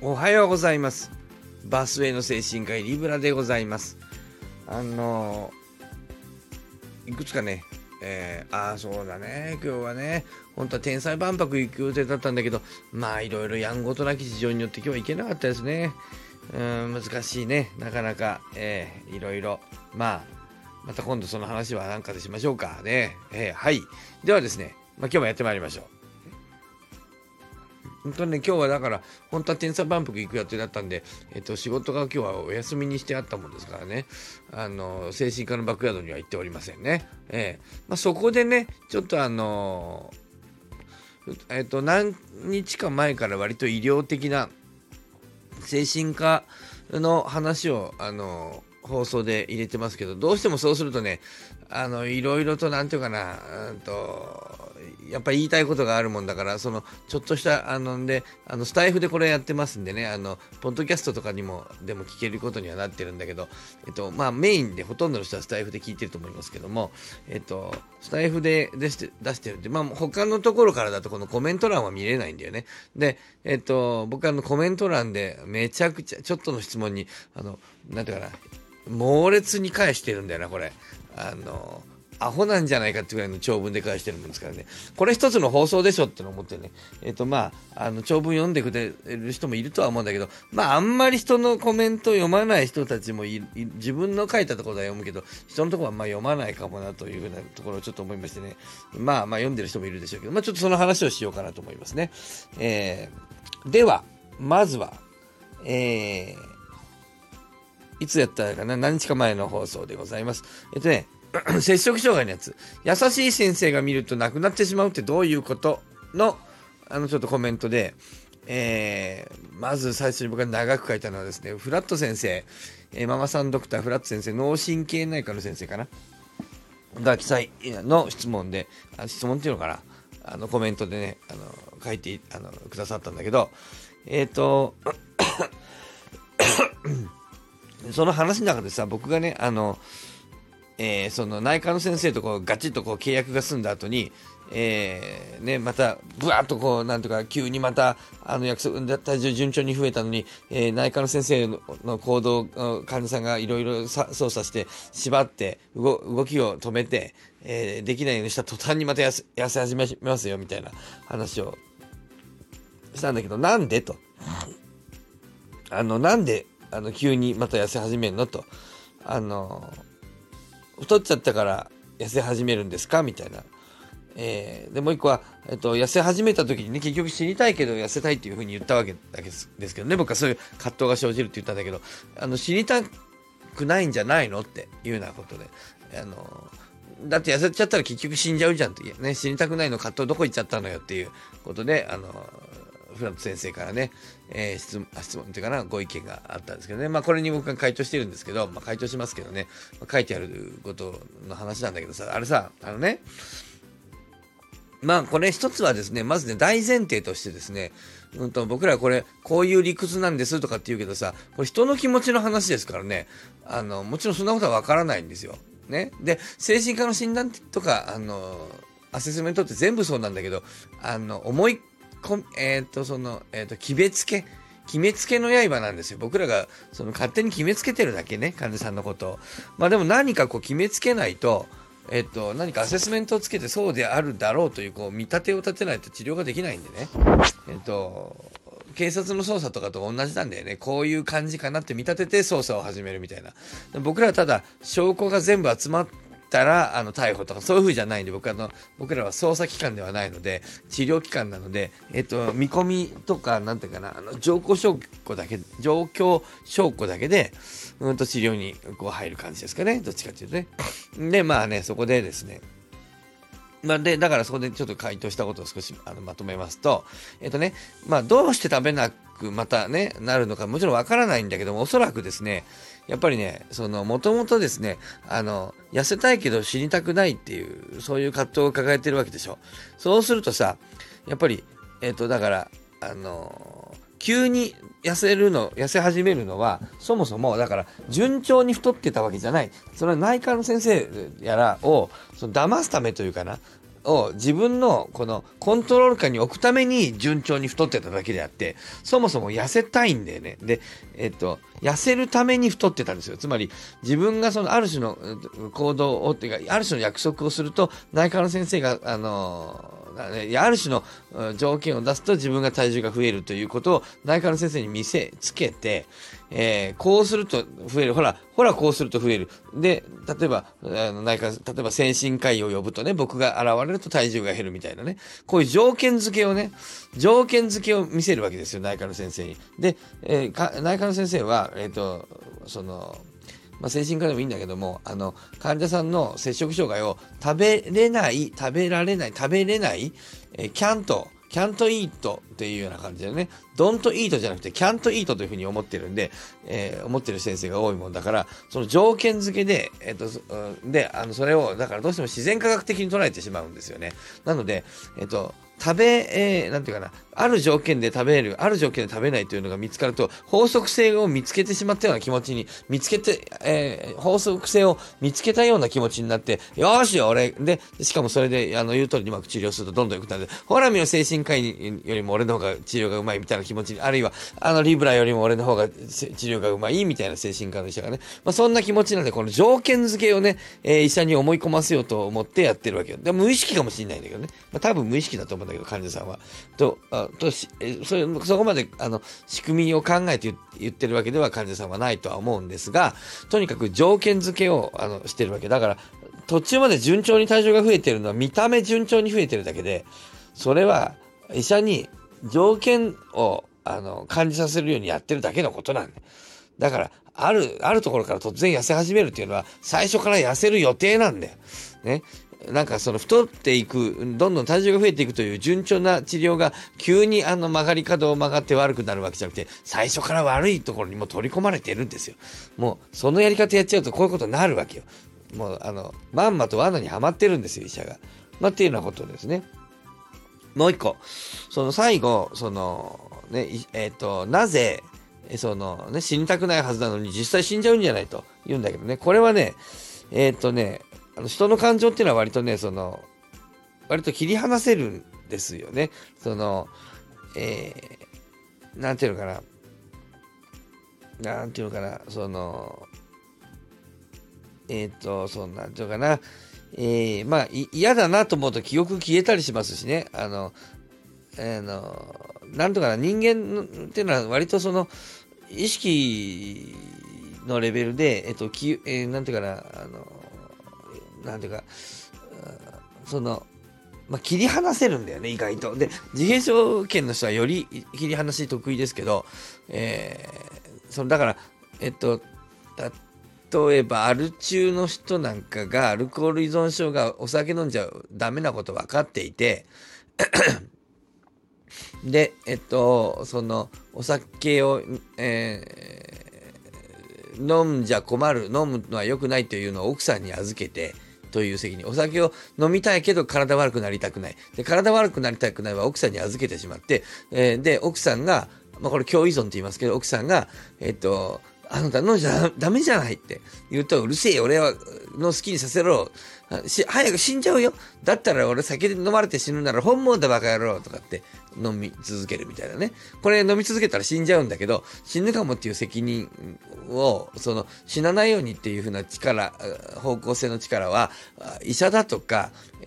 おはようございます。バスウェイの精神科医リブラでございます。いくつかね、そうだね、今日はね、本当は天才万博行く予定だったんだけど、いろいろやんごとなき事情によって今日は行けなかったですね。難しいね、なかなか、いろいろ、また今度その話は何かでしましょうかね。はい。ではですね、今日もやってまいりましょう。本当にね、今日はだから、本当は天才万博行く予定だったんで、仕事が今日はお休みにしてあったもんですからね、精神科のバックヤードには行っておりませんね。そこでね、ちょっと何日か前から割と医療的な精神科の話を、放送で入れてますけど、どうしてもそうするとね、いろいろとなんていうかな、やっぱり言いたいことがあるもんだから、ちょっとしたスタイフでこれやってますんでね、ポッドキャストとかにもでも聞けることにはなってるんだけど、メインでほとんどの人はスタイフで聞いてると思いますけども、スタイフで出してるって、他のところからだとこのコメント欄は見れないんだよね。で、僕コメント欄でめちゃくちゃちょっとの質問になんていうかな、猛烈に返してるんだよな、これ。アホなんじゃないかってぐらいの長文で返してるもんですからね。これ一つの放送でしょっての思ってね。長文読んでくれる人もいるとは思うんだけど、あんまり人のコメント読まない人たちも自分の書いたところは読むけど、人のところは読まないかもなというふうなところをちょっと思いましてね。読んでる人もいるでしょうけど、ちょっとその話をしようかなと思いますね。では、まずは、いつやったかな、何日か前の放送でございます。摂食障害のやつ。優しい先生が見ると亡くなってしまうってどういうことの、ちょっとコメントで、まず最初に僕が長く書いたのはですね、フラット先生、ママさんドクターフラット先生、脳神経内科の先生かなが記載の質問で、質問っていうのかな、コメントでね、書いてくださったんだけど、その話の中でさ、僕がね、その内科の先生とガチッと契約が済んだ後に、またブワーッとなんとか急にまた約束体重順調に増えたのに、内科の先生の行動患者さんがいろいろ操作して縛って動きを止めて、できないようにした途端にまた痩せ始めますよみたいな話をしたんだけど、なんでとなんで急にまた痩せ始めるのと、太っちゃったから痩せ始めるんですかみたいな。でもう一個は、痩せ始めた時にね、結局死にたいけど痩せたいっていう風に言ったわけですけどね、僕はそういう葛藤が生じるって言ったんだけど、死にたくないんじゃないのっていうようなことで、だって痩せちゃったら結局死んじゃうじゃんって、ね、死にたくないの葛藤どこ行っちゃったのよっていうことで、フラット先生からね、質問っていうかな、ご意見があったんですけどね。これに僕が回答してるんですけど、回答しますけどね、書いてあることの話なんだけどさ、あれさ、これ一つはですね、まずね、大前提としてですね、僕らこういう理屈なんですとかって言うけどさ、これ人の気持ちの話ですからね、もちろんそんなことはわからないんですよ。ね。で、精神科の診断とか、アセスメントって全部そうなんだけど、決めつけの刃なんですよ。僕らが勝手に決めつけてるだけね、患者さんのことを。でも何か決めつけないと、何かアセスメントをつけてそうであるだろうという見立てを立てないと治療ができないんでね。警察の捜査とかと同じなんだよね。こういう感じかなって見立てて捜査を始めるみたいな。僕らはただ証拠が全部集まったら逮捕とかそういう風じゃないんで、僕らは捜査機関ではないので治療機関なので、見込みとかなんていうかな、状況証拠だけで治療に入る感じですかね、どっちかっていうとね。でそこでですね、だからそこでちょっと回答したことを少しまとめますと、どうして食べなくまたねなるのかもちろんわからないんだけども、おそらくですね、やっぱりね、もともとですね、痩せたいけど死にたくないっていう、そういう葛藤を抱えてるわけでしょ。そうするとさ、やっぱりだから急に痩せ始めるのは、そもそもだから順調に太ってたわけじゃない。それは内科の先生やらを騙すためというかな、 を自分のこのコントロール下に置くために順調に太ってただけであって、そもそも痩せたいんだよね。で、痩せるために太ってたんですよ。つまり自分がそのある種の行動をっていうか、ある種の約束をすると内科の先生がある種の条件を出すと自分が体重が増えるということを内科の先生に見せつけて、こうすると増える。ほらこうすると増える。で、例えば精神科医を呼ぶとね、僕が現れると体重が減るみたいなね。こういう条件付けを見せるわけですよ、内科の先生に。で、内科の先生は、精神科でもいいんだけども、患者さんの摂食障害を食べれない、キャントイートっていうような感じでね、ドントイートじゃなくてキャントイートというふうに思ってるんで、思ってる先生が多いもんだから、その条件付けで、それを、だからどうしても自然科学的に捉えてしまうんですよね。なので、なんていうかな、ある条件で食べる、ある条件で食べないというのが見つかると、法則性を見つけてしまったような気持ちに、法則性を見つけたような気持ちになって、よーしよ、俺、で、しかもそれで、言う通りにうまく治療するとどんどん良くなる。ほら見よ、精神科医よりも俺の方が治療がうまいみたいな気持ちに、あるいは、リブラよりも俺の方が治療がうまいみたいな精神科の医者がね、そんな気持ちなんで、この条件付けをね、医者に思い込ませようと思ってやってるわけよ。でも無意識かもしれないんだけどね。多分無意識だと思うんだけど、患者さんは。そこまで仕組みを考えて言ってるわけでは患者さんはないとは思うんですが、とにかく条件付けをしてるわけだから、途中まで順調に体重が増えてるのは見た目順調に増えてるだけで、それは医者に条件を感じさせるようにやってるだけのことなんだ。だからあるところから突然痩せ始めるっていうのは最初から痩せる予定なんだよね。なんかその太っていく、どんどん体重が増えていくという順調な治療が急に曲がり角を曲がって悪くなるわけじゃなくて、最初から悪いところにも取り込まれてるんですよ。もうそのやり方やっちゃうとこういうことになるわけよ。もうまんまと罠にはまってるんですよ、医者が。っていうようなことですね。もう一個、その最後、なぜ、死にたくないはずなのに実際死んじゃうんじゃないと言うんだけどね、これはね、人の感情っていうのは割とね、割と切り離せるんですよね。なんていうのかな、なんていうかな、嫌だなと思うと記憶消えたりしますしね。なんとかな、人間っていうのは割と意識のレベルで、なんていうかな、切り離せるんだよね、意外と。で、自閉症圏の人はより切り離し得意ですけど、だから、例えばアル中の人なんかがアルコール依存症がお酒飲んじゃダメなこと分かっていてでお酒を、飲んじゃ困る、飲むのは良くないというのを奥さんに預けてという責任。お酒を飲みたいけど体悪くなりたくない。で、体悪くなりたくないは奥さんに預けてしまって、で、奥さんが、これ共依存って言いますけど、奥さんが、あなた飲んじゃダメじゃないって言うと、うるせえよ、俺の好きにさせろ。早く死んじゃうよ。だったら俺酒で飲まれて死ぬなら本望だバカ野郎とかって飲み続けるみたいなね。これ飲み続けたら死んじゃうんだけど、死ぬかもっていう責任を、死なないようにっていう風な方向性の力は、医者だとか、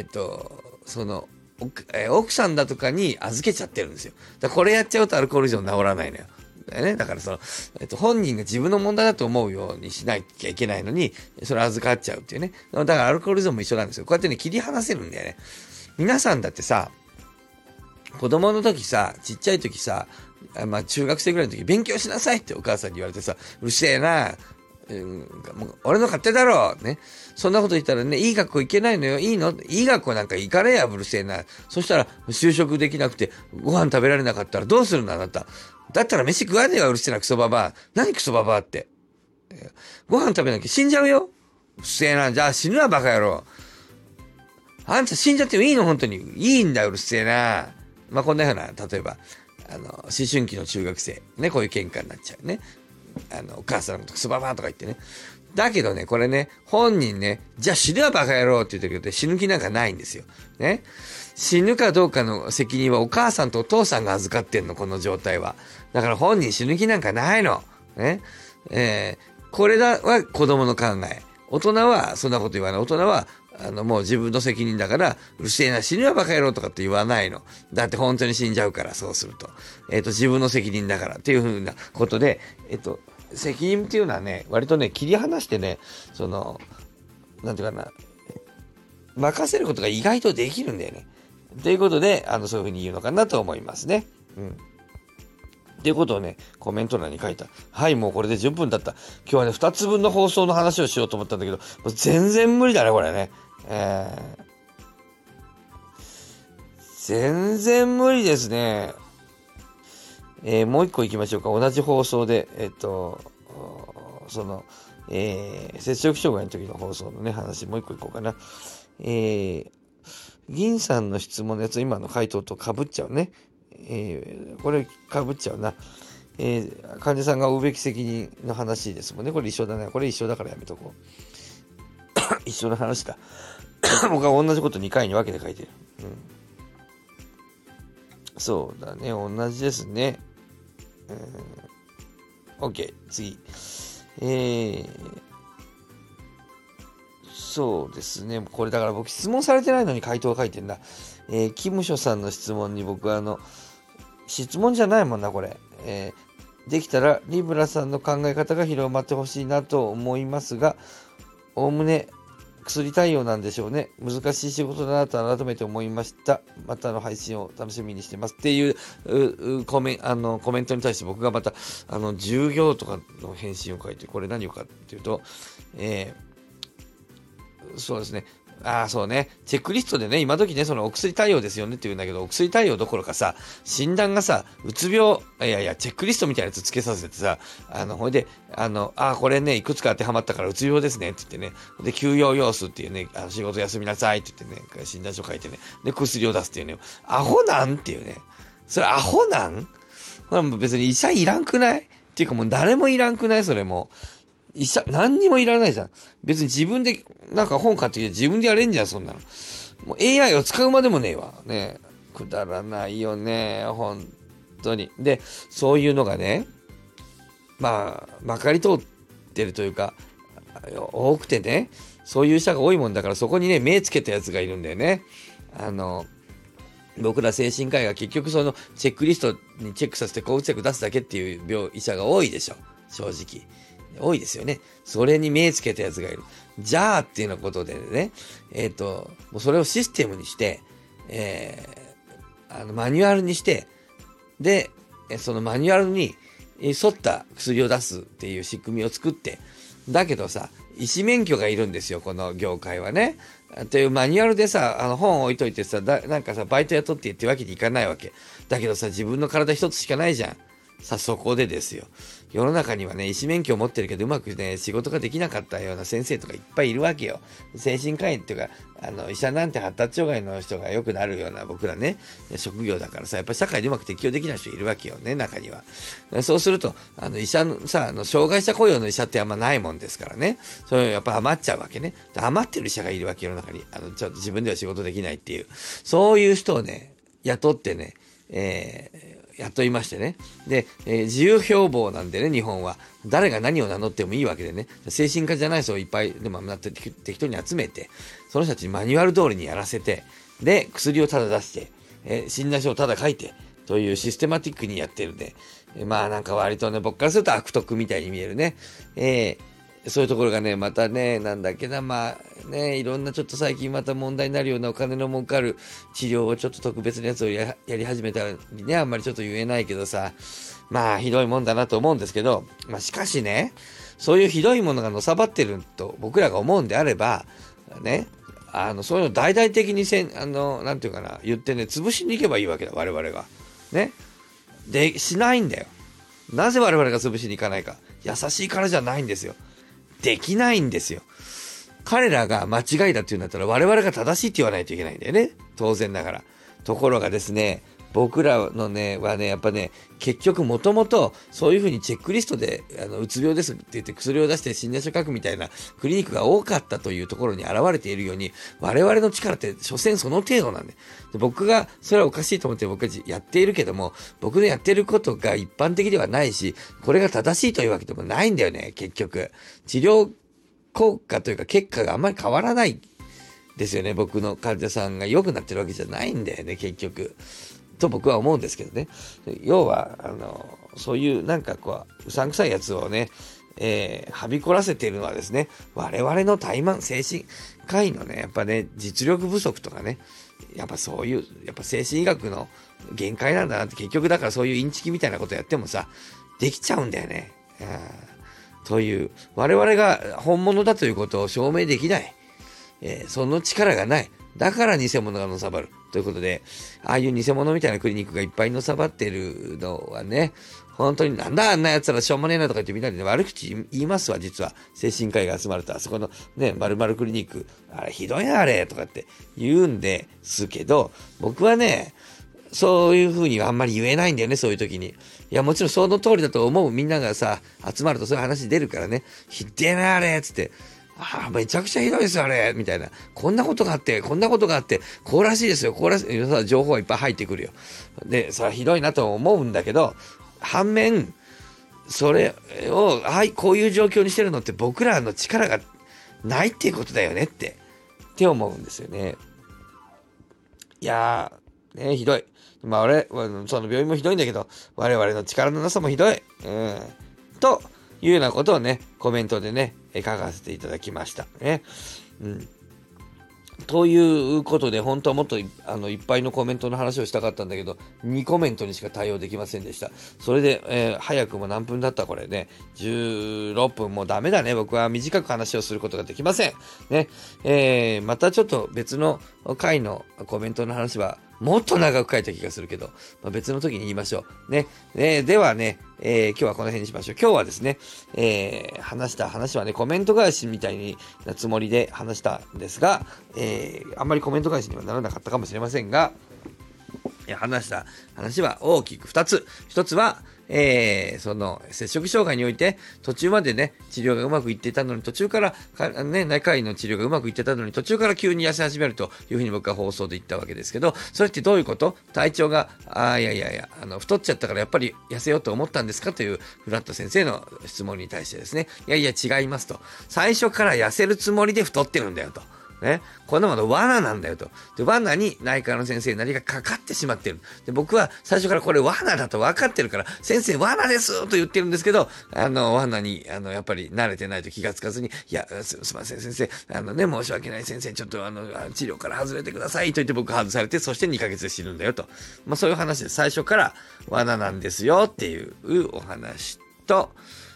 奥さんだとかに預けちゃってるんですよ。だからこれやっちゃうとアルコール依存治らないのよ。だから本人が自分の問題だと思うようにしなきゃいけないのに、それ預かっちゃうっていうね。だからアルコール依存も一緒なんですよ。こうやってね、切り離せるんだよね。皆さんだってさ、子供の時さ、ちっちゃい時さ、中学生ぐらいの時勉強しなさいってお母さんに言われてさ、うるせえな、もう俺の勝手だろね。そんなこと言ったらね、いい学校行けないのよ。いいの？いい学校なんか行かれや、うるせえな。そしたら就職できなくてご飯食べられなかったらどうするのあなた。だったら飯食わねえわ、うるせえなクソババア。何クソババアって。ご飯食べなきゃ死んじゃうよ。うるせえな。じゃあ死ぬわ、バカ野郎。あんた死んじゃってもいいの本当に。いいんだ、うるせえな。こんなような、例えば、思春期の中学生。ね、こういう喧嘩になっちゃうね。お母さんのことクソババアとか言ってね。 だけどね、これね、本人ね、じゃあ死ぬわバカ野郎って言ってるけど、死ぬ気なんかないんですよ。ね。死ぬかどうかの責任はお母さんとお父さんが預かってんの、この状態は。だから本人死ぬ気なんかないの。ね。これは子供の考え。大人はそんなこと言わない。大人は、もう自分の責任だから、うるせえな、死ぬわバカ野郎とかって言わないの。だって本当に死んじゃうから、そうすると。自分の責任だからっていうふうなことで、責任っていうのはね、割とね、切り離してね、なんていうかな、任せることが意外とできるんだよね。ということで、そういうふうに言うのかなと思いますね。うん。っていうことをね、コメント欄に書いた。はい、もうこれで10分だった。今日はね、2つ分の放送の話をしようと思ったんだけど、もう全然無理だね、これね。全然無理ですね。もう一個行きましょうか。同じ放送で、摂食障害の時の放送のね、話、もう一個行こうかな。銀さんの質問のやつ、今の回答と被っちゃうね。これ被っちゃうな。患者さんが負うべき責任の話ですもんね。これ一緒だね。これ一緒だからやめとこう。一緒の話だ。僕は同じこと2回に分けて書いてる。そうだね。同じですね。OK。次。そうですね。これだから僕質問されてないのに回答を書いてんだ。キムショさんの質問に僕は質問じゃないもんな、これ。できたらリブラさんの考え方が広まってほしいなと思いますが、おおむね薬対応なんでしょうね。難しい仕事だなと改めて思いました。またの配信を楽しみにしてます。っていうコメントに対して僕がまた従業とかの返信を書いて、これ何をかっていうと、そうですね。そうね。チェックリストでね、今時ね、お薬対応ですよねって言うんだけど、お薬対応どころかさ、診断がさ、うつ病、チェックリストみたいなやつつけさせてさ、ほいで、これね、いくつか当てはまったからうつ病ですねって言ってね、で、休養要素っていうね、仕事休みなさいって言ってね、診断書書いてね、で、薬を出すっていうね、アホなんっていうね、それアホなん別に医者いらんくないっていうかもう誰もいらんくないそれも。何にもいらないじゃん。別に自分で、なんか本買ってきて自分でやれんじゃん、そんなの。もう AI を使うまでもねえわ。ねくだらないよね、本当に。で、そういうのがね、まかり通ってるというか、多くてね、そういう人が多いもんだから、そこにね、目つけたやつがいるんだよね。僕ら精神科医が結局チェックリストにチェックさせて、抗うつ薬出すだけっていう医者が多いでしょ、正直。多いですよね。それに目つけたやつがいる。じゃあっていうようなことでね、もうそれをシステムにして、マニュアルにして、で、そのマニュアルに沿った薬を出すっていう仕組みを作って、だけどさ、医師免許がいるんですよ、この業界はね。というマニュアルでさ、本置いといてさ、なんかさ、バイト雇ってってわけにいかないわけ。だけどさ、自分の体一つしかないじゃん。さあ、そこでですよ。世の中にはね、医師免許を持ってるけど、うまくね、仕事ができなかったような先生とかいっぱいいるわけよ。精神科医っていうか、医者なんて発達障害の人がよくなるような僕らね、職業だからさ、やっぱり社会でうまく適応できない人いるわけよね、中には。そうすると、医者のさ、障害者雇用の医者ってあんまないもんですからね。それやっぱ余っちゃうわけね。余ってる医者がいるわけ、世の中に。ちょっと自分では仕事できないっていう。そういう人をね、雇ってね、雇いましてね。で、自由標榜なんでね、日本は。誰が何を名乗ってもいいわけでね。精神科じゃない人をいっぱい、でも適当に集めて、その人たちにマニュアル通りにやらせて、で、薬をただ出して、診断書をただ書いて、というシステマティックにやってるんで、なんか割とね、僕からすると悪徳みたいに見えるね。そういうところがね、またね、なんだっけな、いろんなちょっと最近また問題になるようなお金の儲かる治療をちょっと特別なやつをやり始めたりね、あんまりちょっと言えないけどさ、ひどいもんだなと思うんですけど、しかしね、そういうひどいものがのさばってると僕らが思うんであれば、ね、そういうの大々的になんていうかな、言ってね、潰しに行けばいいわけだ、我々が。ね。で、しないんだよ。なぜ我々が潰しに行かないか。優しいからじゃないんですよ。できないんですよ。彼らが間違いだっていうんだったら我々が正しいって言わないといけないんだよね。当然ながら。ところがですね、 僕らのね、はね、やっぱね、結局もともとそういうふうにチェックリストで、うつ病ですって言って薬を出して診断書書くみたいなクリニックが多かったというところに現れているように、我々の力って所詮その程度なんで。で、僕がそれはおかしいと思って僕はやっているけども、僕のやってることが一般的ではないし、これが正しいというわけでもないんだよね、結局。治療効果というか結果があんまり変わらないですよね。僕の患者さんが良くなってるわけじゃないんだよね、結局。と僕は思うんですけどね。要は、そういうなんかこう、うさんくさいやつをね、はびこらせているのはですね、我々の怠慢、精神科医のね、やっぱね、実力不足とかね、やっぱそういう、やっぱ精神医学の限界なんだなって、結局だからそういうインチキみたいなことやってもさ、できちゃうんだよね。という、我々が本物だということを証明できない。その力がない。だから偽物がのさばる。ということで、ああいう偽物みたいなクリニックがいっぱいのさばってるのはね、本当になんだあんな奴らしょうもねえなとか言ってみんなで、ね、悪口言いますわ、実は。精神科医が集まると、あそこのね、〇〇クリニック、あれひどいなあれ、とかって言うんですけど、僕はね、そういう風にはあんまり言えないんだよね、そういう時に。いや、もちろんその通りだと思うみんながさ、集まるとそういう話出るからね、ひでえなあれ、つって。めちゃくちゃひどいですよ、あれみたいな。こんなことがあって、こんなことがあって、こうらしいですよ、こうらしい。情報がいっぱい入ってくるよ。で、それはひどいなと思うんだけど、反面、それを、はい、こういう状況にしてるのって僕らの力がないっていうことだよねって思うんですよね。いやー、ね、ひどい。まあその病院もひどいんだけど、我々の力のなさもひどい。というようなことをね、コメントでね、書かせていただきましたね。ということで、本当はもっといっぱいのコメントの話をしたかったんだけど、2コメントにしか対応できませんでした。それで、早くも何分だったこれね。16分もうダメだね。僕は短く話をすることができません。ね。またちょっと別の回のコメントの話は、もっと長く書いた気がするけど、別の時に言いましょう。ね。ではね、今日はこの辺にしましょう。今日はですね、話した話はね、コメント返しみたいなつもりで話したんですが、あんまりコメント返しにはならなかったかもしれませんが、話した話は大きく2つ。1つは、その摂食障害において途中までね治療がうまくいっていたのに途中から内科医の治療がうまくいってたのに途中から急に痩せ始めるというふうに僕は放送で言ったわけですけど、それってどういうこと？体調がいや太っちゃったからやっぱり痩せようと思ったんですかというフラット先生の質問に対してですね、いや違いますと、最初から痩せるつもりで太ってるんだよと。ね、こんなもの罠なんだよと。で、罠に内科の先生なりがかかってしまってる。で、僕は最初からこれ罠だと分かってるから、先生罠ですと言ってるんですけど、罠に、やっぱり慣れてないと気がつかずに、いや、すいません先生、申し訳ない先生、ちょっと治療から外れてくださいと言って僕外されて、そして2ヶ月で死ぬんだよと。そういう話で最初から罠なんですよっていうお話と、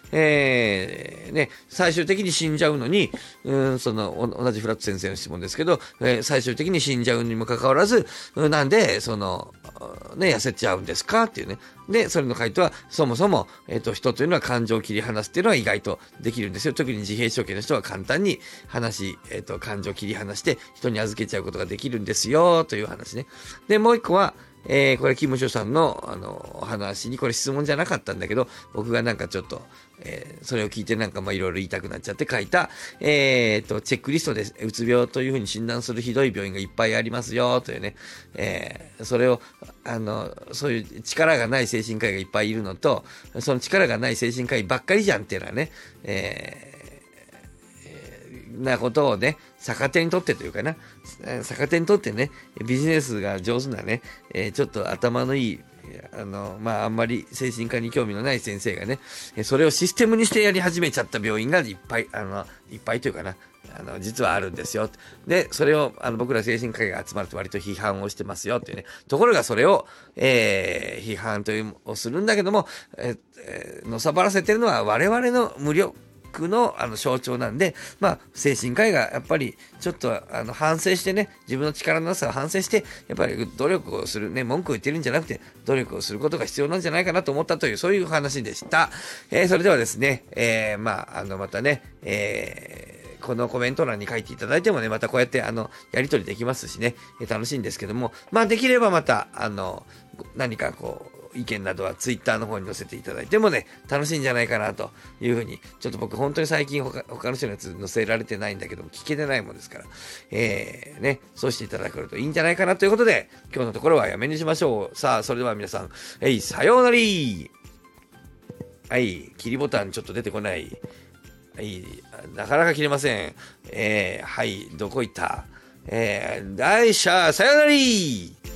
最終的に死んじゃうのに、同じフラット先生の質問ですけど、最終的に死んじゃうにもかかわらず、なんで、痩せちゃうんですかっていうね。で、それの回答は、そもそも、人というのは感情を切り離すっていうのは意外とできるんですよ。特に自閉症系の人は簡単に感情を切り離して人に預けちゃうことができるんですよ、という話ね。で、もう一個は、これ、キムショさんの、お話に、これ質問じゃなかったんだけど、僕がなんかちょっと、それを聞いてなんかいろいろ言いたくなっちゃって書いた、チェックリストでうつ病というふうに診断するひどい病院がいっぱいありますよ、というね、それを、そういう力がない精神科医がいっぱいいるのと、その力がない精神科医ばっかりじゃんっていうのはね、なことをね、逆手にとってというかな、逆手にとってね、ビジネスが上手なね、ちょっと頭のいい、あんまり精神科に興味のない先生がね、それをシステムにしてやり始めちゃった病院がいっぱい、いっぱいというかな、実はあるんですよ。で、それを、僕ら精神科医が集まると割と批判をしてますよっていうね。ところがそれを、批判というをするんだけども、のさばらせてるのは我々の無力の象徴なんで、精神科医がやっぱりちょっと反省してね、自分の力のなさを反省して、やっぱり努力をするね、文句を言ってるんじゃなくて、努力をすることが必要なんじゃないかなと思ったという、そういう話でした。それではですね、またね、 このコメント欄に書いていただいてもね、またこうやってやり取りできますしね、楽しいんですけども、まあできればまた、何かこう、意見などはツイッターの方に載せていただいてもね、楽しいんじゃないかなというふうに、ちょっと僕本当に最近他の人のやつ載せられてないんだけども、聞けてないもんですから、ね、そうしていただけるといいんじゃないかなということで、今日のところはやめにしましょう。さあ、それでは皆さん、さようなら。はい、切りボタンちょっと出てこない。はい、なかなか切れません。はい、どこ行った？さようなら。